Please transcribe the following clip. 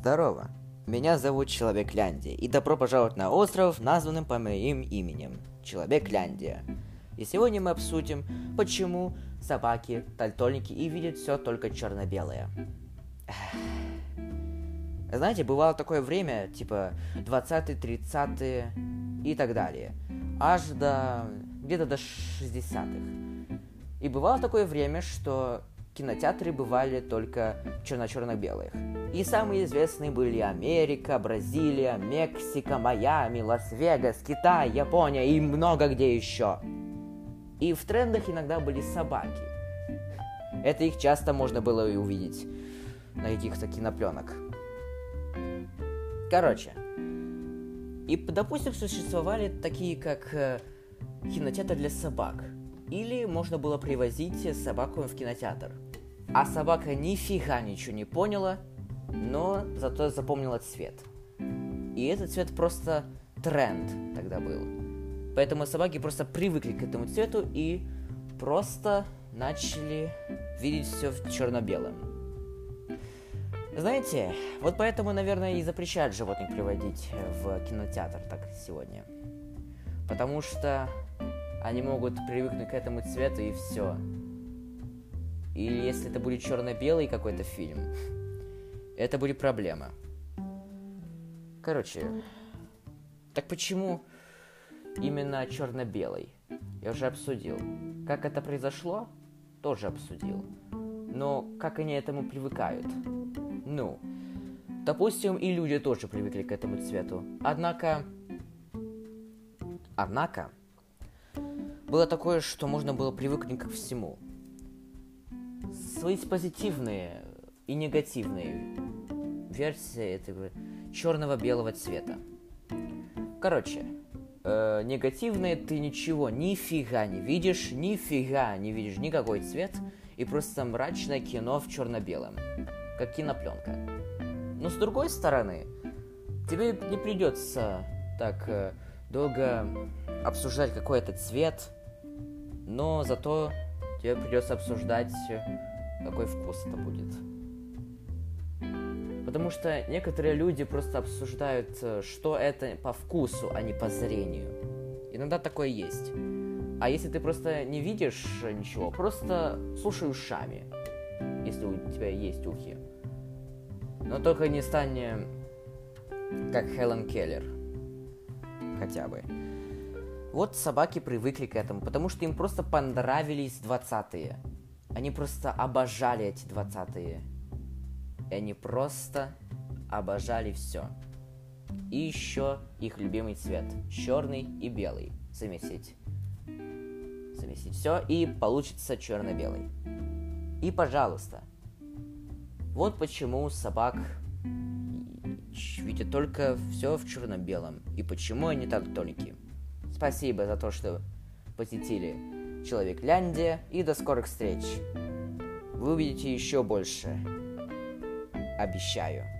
Здорово, меня зовут Человек-Ляндия, и добро пожаловать на остров, названным по моим именем – Человек-Ляндия. И сегодня мы обсудим, почему собаки тальтольники и видят все только черно-белое. Знаете, бывало такое время, типа 20-е, 30-е и так далее, аж до где-то до 60-х. И бывало такое время, что кинотеатры бывали только черно-черно-белых. И самые известные были Америка, Бразилия, Мексика, Майами, Лас-Вегас, Китай, Япония и много где еще. И в трендах иногда были собаки. Это их часто можно было и увидеть на каких-то кинопленок. Короче. И, допустим, существовали такие, как кинотеатр для собак. Или можно было привозить собаку в кинотеатр. А собака нифига ничего не поняла, но зато запомнила цвет. И этот цвет просто тренд тогда был. Поэтому собаки просто привыкли к этому цвету и просто начали видеть все в черно-белом. Знаете, вот поэтому, наверное, и запрещают животных приводить в кинотеатр так сегодня. Потому что они могут привыкнуть к этому цвету и все. И если это будет черно-белый какой-то фильм, это будет проблема. Короче, так почему именно черно-белый? Я уже обсудил. Как это произошло, тоже обсудил. Но как они к этому привыкают? Ну, допустим, и люди тоже привыкли к этому цвету. Однако, было такое, что можно было привыкнуть ко всему. Есть позитивные и негативные версии этого черного-белого цвета. Короче, негативные ты нифига не видишь никакой цвет, и просто мрачное кино в черно-белом, как кинопленка. Но с другой стороны, тебе не придется так долго обсуждать какой-то цвет, но зато тебе придется обсуждать, какой вкус это будет. Потому что некоторые люди просто обсуждают, что это по вкусу, а не по зрению. Иногда такое есть. А если ты просто не видишь ничего, просто слушай ушами, если у тебя есть ухи. Но только не стань как Хелен Келлер. Хотя бы. Вот собаки привыкли к этому, потому что им просто понравились 20-е. Они просто обожали эти 20-е. И они просто обожали все. И еще их любимый цвет. Черный и белый. Совместить все, и получится черно-белый. И, пожалуйста, вот почему собак видят только все в черно-белом. И почему они тальтольники. Спасибо за то, что посетили Человек-Ляндия, и до скорых встреч. Вы увидите еще больше. Обещаю.